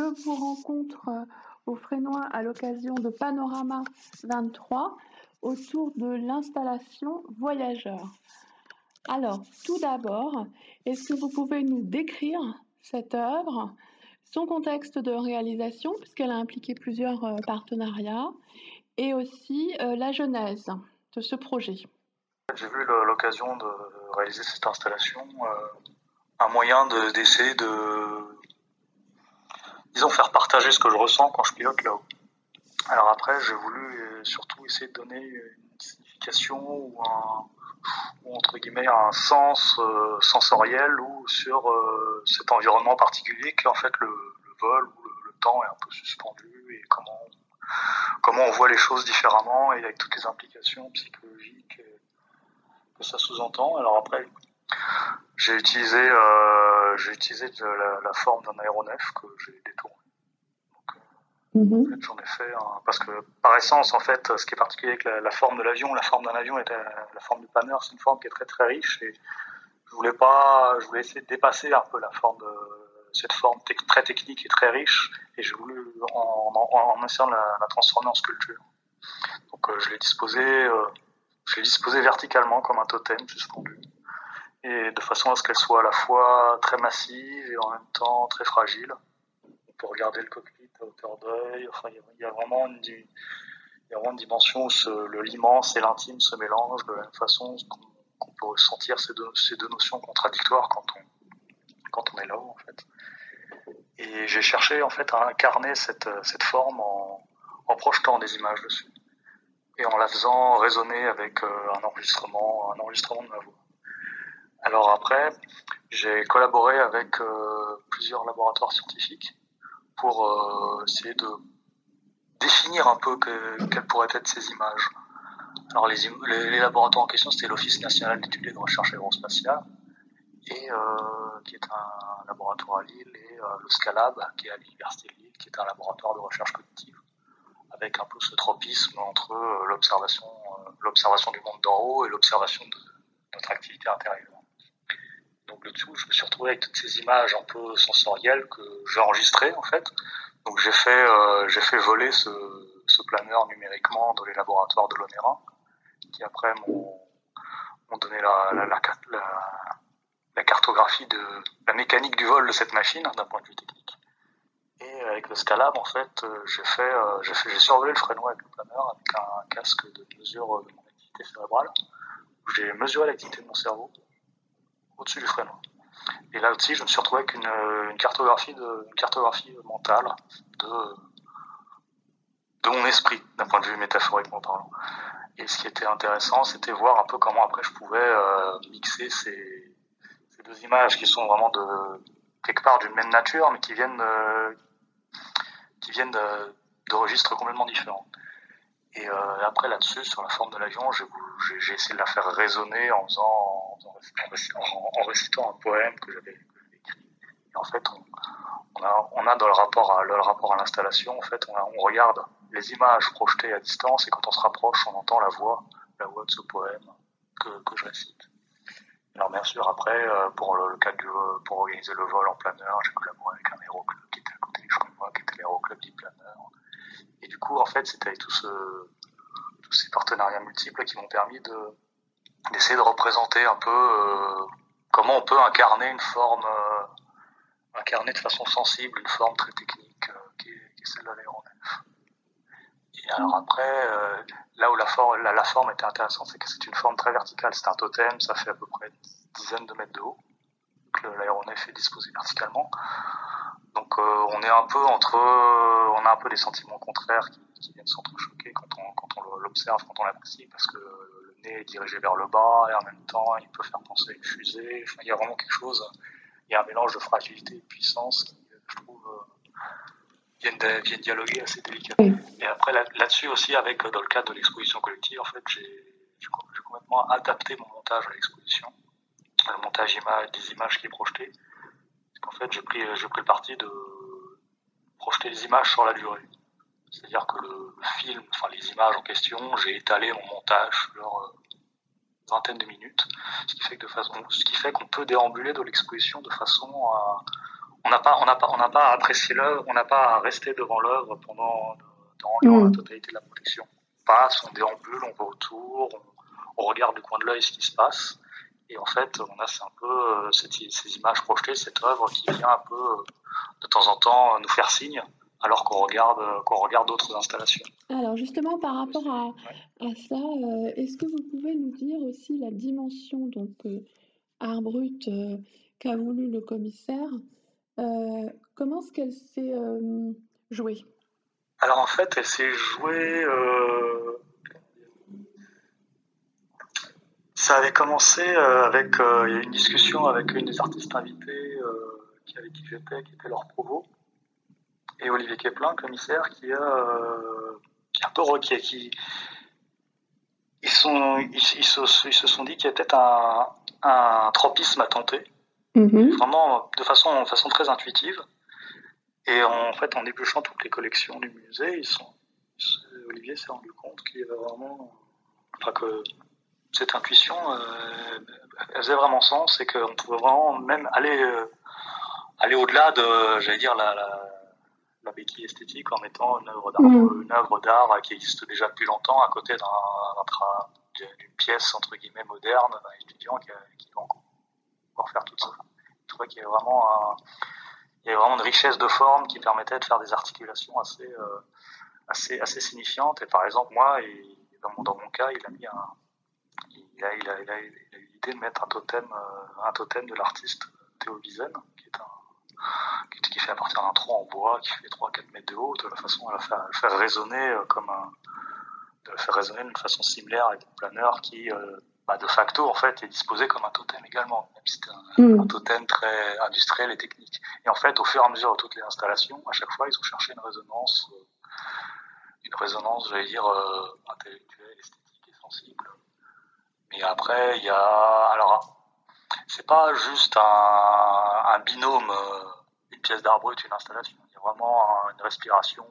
vous rencontre au Frénois à l'occasion de Panorama 23 autour de l'installation Voyageurs. Alors, tout d'abord, est-ce que vous pouvez nous décrire cette œuvre, son contexte de réalisation, puisqu'elle a impliqué plusieurs partenariats, et aussi la genèse de ce projet? J'ai vu l'occasion de réaliser cette installation, un moyen d'essayer disons, faire partager ce que je ressens quand je pilote là-haut. Alors après, j'ai voulu surtout essayer de donner une signification ou entre guillemets un sens sensoriel ou sur cet environnement particulier qui est en fait le vol où le temps est un peu suspendu et comment on voit les choses différemment et avec toutes les implications psychologiques que ça sous-entend. Alors après, j'ai utilisé la forme d'un aéronef que j'ai détourné. En fait, j'en ai fait parce que par essence, en fait, ce qui est particulier avec la forme de l'avion, la forme d'un avion et la forme du planeur, c'est une forme qui est très très riche et je voulais essayer de dépasser un peu cette forme très technique et très riche et j'ai voulu en essayant de la transformer en sculpture. Donc je l'ai disposé verticalement comme un totem suspendu et de façon à ce qu'elle soit à la fois très massive et en même temps très fragile. On peut regarder le cockpit à hauteur d'œil. Enfin, il y a vraiment une dimension où l'immense et l'intime se mélangent de la même façon qu'on peut ressentir ces deux notions contradictoires quand on est là-haut, en fait. Et j'ai cherché, en fait, à incarner cette forme en projetant des images dessus et en la faisant résonner avec un enregistrement de ma voix. Alors après, j'ai collaboré avec plusieurs laboratoires scientifiques pour essayer de définir un peu quelles pourraient être ces images. Alors les laboratoires en question, c'était l'Office national d'études et de recherche aérospatiale, et qui est un laboratoire à Lille, et le Scalab, qui est à l'Université de Lille, qui est un laboratoire de recherche cognitive, avec un peu ce tropisme entre l'observation du monde d'en haut et l'observation de notre activité intérieure. Donc là-dessous, je me suis retrouvé avec toutes ces images un peu sensorielles que j'ai enregistrées en fait. Donc j'ai fait voler ce planeur numériquement dans les laboratoires de l'ONERA, qui après m'ont donné la cartographie de la mécanique du vol de cette machine d'un point de vue technique. Et avec le Scalab, en fait, j'ai survolé le Frénois avec le planeur avec un casque de mesure de mon activité cérébrale. J'ai mesuré l'activité de mon cerveau au-dessus du Frénois. Et là aussi, je me suis retrouvé avec une cartographie mentale de mon esprit, d'un point de vue métaphoriquement parlant. Et ce qui était intéressant, c'était voir un peu comment après je pouvais mixer ces deux images qui sont vraiment quelque part d'une même nature, mais qui viennent de registres complètement différents. Et après là-dessus, sur la forme de l'avion, j'ai essayé de la faire résonner en récitant un poème que j'avais écrit. Et en fait, on a dans le rapport à l'installation, en fait, on regarde les images projetées à distance et quand on se rapproche, on entend la voix de ce poème que je récite. Alors bien sûr, après, pour organiser le vol en planeur, j'ai collaboré avec un aéroclub qui était à côté du Frénois, qui était l'aéroclub du planeur. Et du coup, en fait, c'était tous ces partenariats multiples qui m'ont permis d'essayer de représenter un peu comment on peut incarner incarner de façon sensible une forme très technique qui est celle de l'aéronef. Et alors après, là où la forme était intéressante, c'est que c'est une forme très verticale. C'est un totem, ça fait à peu près une dizaine de mètres de haut. L'aéronef est disposé verticalement. Donc on a un peu des sentiments contraires qui viennent s'entrechoquer quand on l'observe, quand on l'apprécie, parce que le nez est dirigé vers le bas et en même temps il peut faire penser à une fusée. Enfin, il y a vraiment quelque chose, il y a un mélange de fragilité et de puissance qui, je trouve, viennent dialoguer assez délicatement. Et après là-dessus aussi, dans le cadre de l'exposition collective, en fait, j'ai complètement adapté mon montage à l'exposition, le montage des images qui est projeté. En fait, j'ai pris le parti de projeter les images sur la durée. C'est-à-dire que le film, enfin les images en question, j'ai étalé mon montage sur une vingtaine de minutes, ce qui fait qu'on peut déambuler dans l'exposition de façon à on n'a pas à apprécier l'œuvre, on n'a pas à rester devant l'œuvre durant la totalité de la projection. On passe, on déambule, on va autour, on regarde du coin de l'œil ce qui se passe. Et en fait, on a un peu ces images projetées, cette œuvre qui vient un peu de temps en temps nous faire signe, alors qu'on regarde d'autres installations. Alors justement, par rapport à ça, est-ce que vous pouvez nous dire aussi la dimension, donc art brut, qu'a voulu le commissaire, comment est-ce qu'elle s'est jouée? Alors en fait, elle s'est jouée... Ça avait commencé avec il y a eu une discussion avec une des artistes invités avec qui j'étais, qui était Laure Provost, et Olivier Keplin, commissaire, qui a un peu requis, ils se sont dit qu'il y a peut-être un tropisme à tenter, vraiment de façon très intuitive. Et en fait, en épluchant toutes les collections du musée, Olivier s'est rendu compte qu'il y avait vraiment, que cette intuition, elle faisait vraiment sens, et qu'on pouvait vraiment même aller au-delà de, j'allais dire, la béquille esthétique, en mettant une œuvre d'art qui existe déjà depuis longtemps à côté d'une pièce entre guillemets moderne d'un étudiant qui va encore faire tout ça. Je trouvais qu'il y avait vraiment une richesse de forme qui permettait de faire des articulations assez signifiantes. Et par exemple, moi, dans mon cas, il a eu l'idée de mettre un totem de l'artiste Théo Wiesen, qui fait à partir d'un tronc en bois qui fait 3-4 mètres de haut, de la façon à le faire résonner d'une façon similaire avec un planeur qui de facto en fait est disposé comme un totem également, même si c'est un totem très industriel et technique. Et en fait, au fur et à mesure de toutes les installations, à chaque fois ils ont cherché une résonance, j'allais dire intellectuelle, esthétique et sensible. Mais après il y a, alors c'est pas juste un binôme, une pièce d'art brut, une installation. Il y a vraiment une respiration.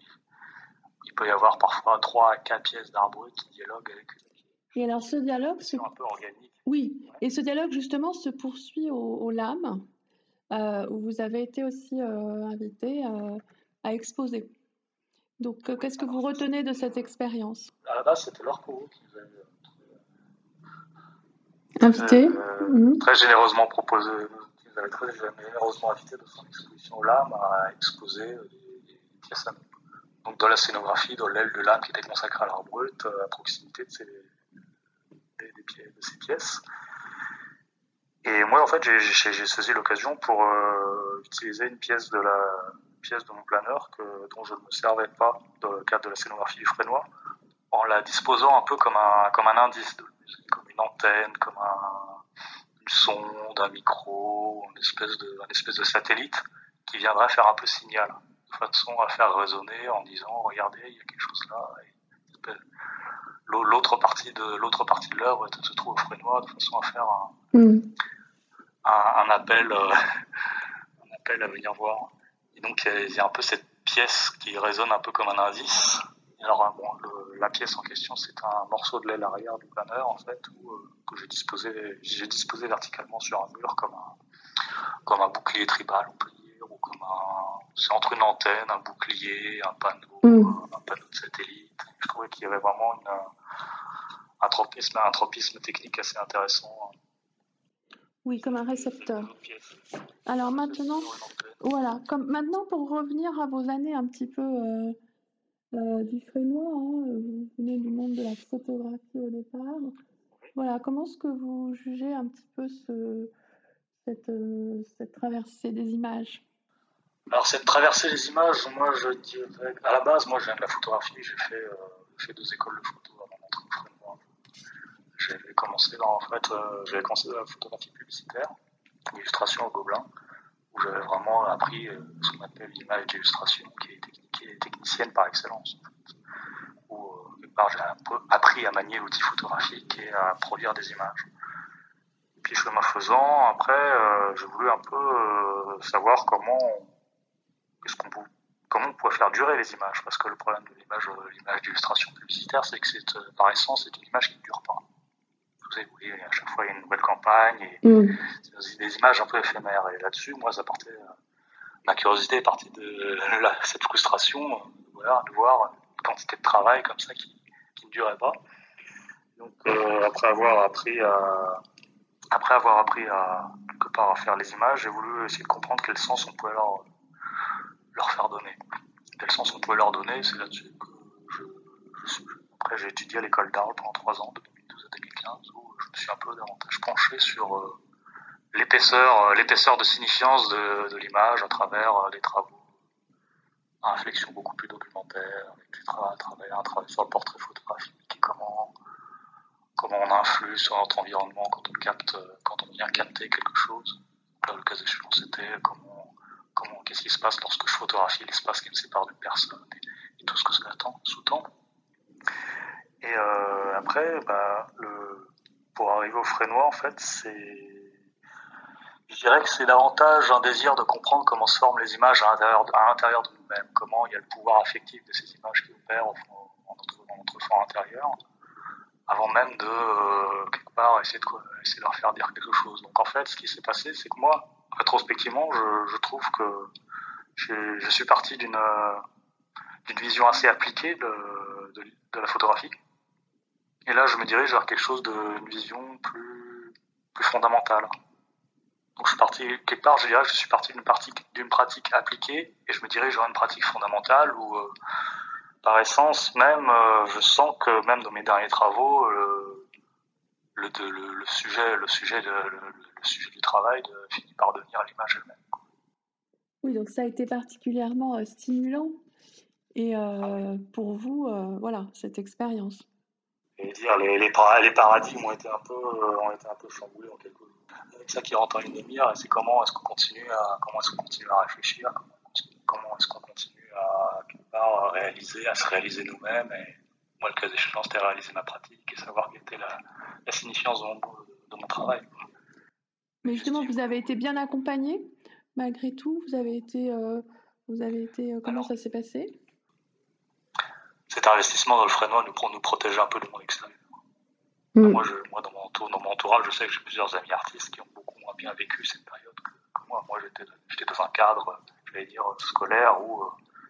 Il peut y avoir parfois 3 à 4 pièces d'art brut qui dialoguent avec une. Et alors ce dialogue, c'est un peu organique. Oui, ouais. Et ce dialogue justement se poursuit au LAM, où vous avez été aussi invité à exposer. Donc qu'est-ce que vous retenez de cette expérience? À la base, c'était Laure Provost qui nous avait invité, très généreusement proposé, qui nous avait très généreusement invité de son exposition au LAM à exposer des pièces à nous. Donc dans la scénographie, dans l'aile de l'âme qui était consacrée à l'art brut, à proximité de ces pièces. Et moi, en fait, j'ai saisi l'occasion pour utiliser une pièce de mon planeur dont je ne me servais pas dans le cadre de la scénographie du Frénois, en la disposant un peu comme un indice de musique, comme une antenne, comme une sonde, un micro, une espèce de satellite qui viendrait faire un peu signal, de façon à faire résonner en disant regardez, il y a quelque chose là. Et l'autre partie de l'œuvre se trouve au Frénois, de façon à faire un appel à venir voir. Et donc il y a un peu cette pièce qui résonne un peu comme un indice. Alors la pièce en question, c'est un morceau de l'aile arrière du planeur en fait, que j'ai disposé verticalement sur un mur comme un bouclier tribal, on peut dire, ou c'est entre une antenne, un bouclier, un panneau de satellite. Je trouvais qu'il y avait vraiment un tropisme technique assez intéressant. Oui, comme un récepteur. Alors maintenant, maintenant pour revenir à vos années un petit peu du Frénois, vous venez du monde de la photographie au départ. Voilà, comment est-ce que vous jugez un petit peu cette traversée des images? Alors cette traversée des images, moi je dirais, à la base, moi je viens de la photographie, j'ai fait 2 écoles de photo avant d'entrer au Frénois. J'avais commencé dans la photographie publicitaire, l'illustration au Gobelin, où j'avais vraiment appris ce qu'on appelle l'image d'illustration, qui est technicienne par excellence. En fait. Où quelque part j'ai un peu appris à manier l'outil photographique et à produire des images. Et puis chemin faisant, après j'ai voulu un peu savoir comment on pouvait faire durer les images, parce que le problème de l'image d'illustration publicitaire, c'est que par essence, c'est une image qui ne dure pas. Vous voyez, à chaque fois, il y a une nouvelle campagne, et c'est des images un peu éphémères. Et là-dessus, moi, ça partait ma curiosité est partie de cette frustration, de voir une quantité de travail comme ça qui ne durait pas. Donc après avoir appris à quelque part à faire les images, j'ai voulu essayer de comprendre quel sens on pouvait leur faire donner. Quel sens on pouvait leur donner, c'est là-dessus que après j'ai étudié à l'école d'art pendant 3 ans, de 2012 à 2015, où je me suis un peu davantage penché sur l'épaisseur de signifiance de l'image à travers des travaux à réflexion beaucoup plus documentaire, avec un travail sur le portrait photographique et comment on influe sur notre environnement quand on vient capter quelque chose. Là, le cas échéant, c'était qu'est-ce qui se passe lorsque je photographie l'espace qui me sépare d'une personne et tout ce que cela sous-tend. Et après, pour arriver au Fresnoy, en fait, je dirais que c'est davantage un désir de comprendre comment se forment les images à l'intérieur de nous-mêmes, comment il y a le pouvoir affectif de ces images qui opèrent dans notre fond intérieur, avant même de quelque part essayer de leur faire dire quelque chose. Donc en fait, ce qui s'est passé, c'est que moi, rétrospectivement, je trouve que je suis parti d'une vision assez appliquée de la photographie. Et là, je me dirige vers quelque chose d'une vision plus fondamentale. Donc je suis parti quelque part, je dirais que je suis parti d'une pratique appliquée et je me dirige vers une pratique fondamentale où, par essence même, je sens que même dans mes derniers travaux, le sujet du travail finit par devenir l'image elle-même. Oui, donc ça a été particulièrement stimulant et pour vous, voilà, cette expérience. Et dire les paradigmes ont été un peu chamboulés en quelques jours. C'est ça qui rentre en ligne de mire, et c'est comment est-ce qu'on continue à réfléchir, comment est-ce qu'on continue à quelque part à se réaliser nous-mêmes. Et moi, le cas échéant, c'était réaliser ma pratique et savoir quelle était la signifiance de mon travail. Mais justement, vous avez été bien accompagné malgré tout. Comment ça s'est passé? Cet investissement dans le Fresnoy nous protégeait un peu du monde extérieur. Moi, dans mon entourage, je sais que j'ai plusieurs amis artistes qui ont beaucoup moins bien vécu cette période que moi. Moi, j'étais dans un cadre, j'allais dire, scolaire où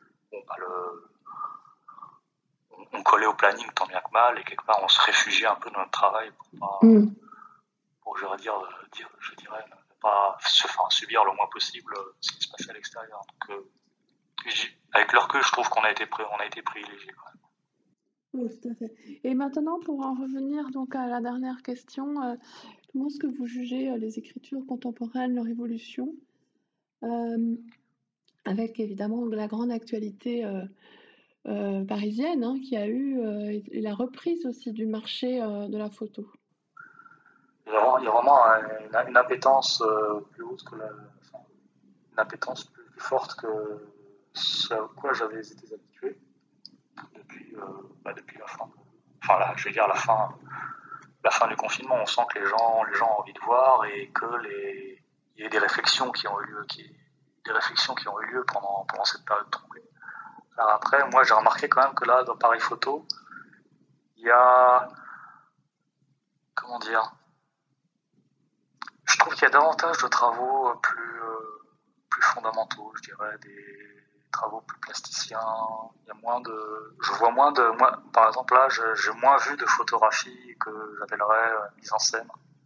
on collait au planning tant bien que mal et quelque part on se réfugiait un peu dans notre travail pour je dirais, ne pas subir le moins possible ce qui se passait à l'extérieur. Donc, avec le recul, je trouve qu'on a été privilégiés quand même. Oui, tout à fait. Et maintenant, pour en revenir donc à la dernière question, comment est-ce que vous jugez les écritures contemporaines, leur évolution, avec évidemment la grande actualité parisienne qui a eu et la reprise aussi du marché de la photo? Il y a vraiment une appétence plus haute une appétence plus forte que ce à quoi j'avais été habitué depuis la fin. Enfin là, je vais dire la fin du confinement. On sent que les gens ont envie de voir et il y a des réflexions qui ont eu lieu pendant cette période troublée. Alors après, moi j'ai remarqué quand même que là, dans Paris Photo, il y a je trouve qu'il y a davantage de travaux plus fondamentaux, je dirais, des travaux plus plasticiens. Il y a par exemple là, j'ai moins vu de photographies que j'appellerais mise en scène,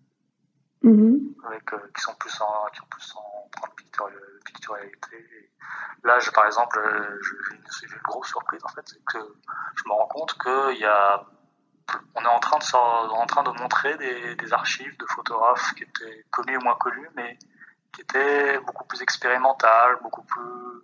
qui sont plus en point de pictorialité. Et là, par exemple, j'ai une grosse surprise en fait, c'est que je me rends compte on est en train de montrer des archives de photographes qui étaient connus ou moins connus, mais qui étaient beaucoup plus expérimentales, beaucoup plus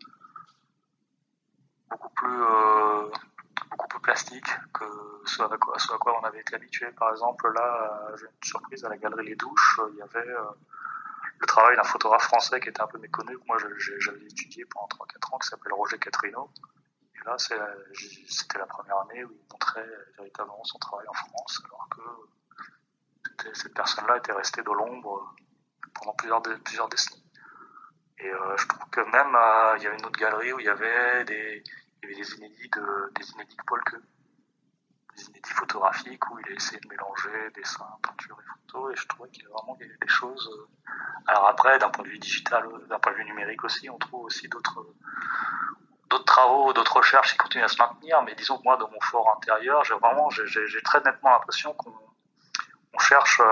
plastiques que ce à quoi on avait été habitué. Par exemple, là, j'ai une surprise à la galerie Les Douches, il y avait le travail d'un photographe français qui était un peu méconnu, que moi j'avais étudié pendant 3-4 ans, qui s'appelle Roger Catrino. Et là, c'était la première année où il montrait véritablement son travail en France, alors que cette personne-là était restée dans l'ombre pendant plusieurs décennies. Et je trouve que même il y avait une autre galerie où il y avait des inédits de Paul Queux. des inédits photographiques où il a essayé de mélanger dessin, peinture et photo, et je trouvais qu'il y a vraiment des choses. Alors après, d'un point de vue digital, d'un point de vue numérique aussi, on trouve aussi d'autres travaux, d'autres recherches qui continuent à se maintenir, mais disons que moi, dans mon fort intérieur, j'ai très nettement l'impression qu'on cherche.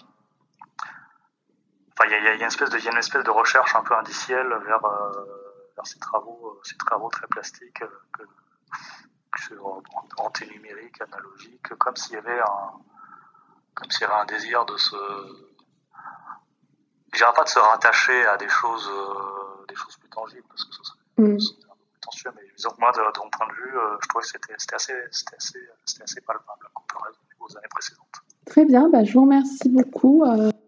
Enfin, il y a une espèce de recherche un peu indicielle vers ces travaux très plastiques anti-numériques, analogiques, comme s'il y avait un désir de se, je dirais pas de se rattacher à des choses plus tangibles, parce que ça serait un peu prétentieux, mais disons que moi, de mon point de vue, je trouvais que c'était assez palpable, comparé aux années précédentes. Très bien, je vous remercie beaucoup.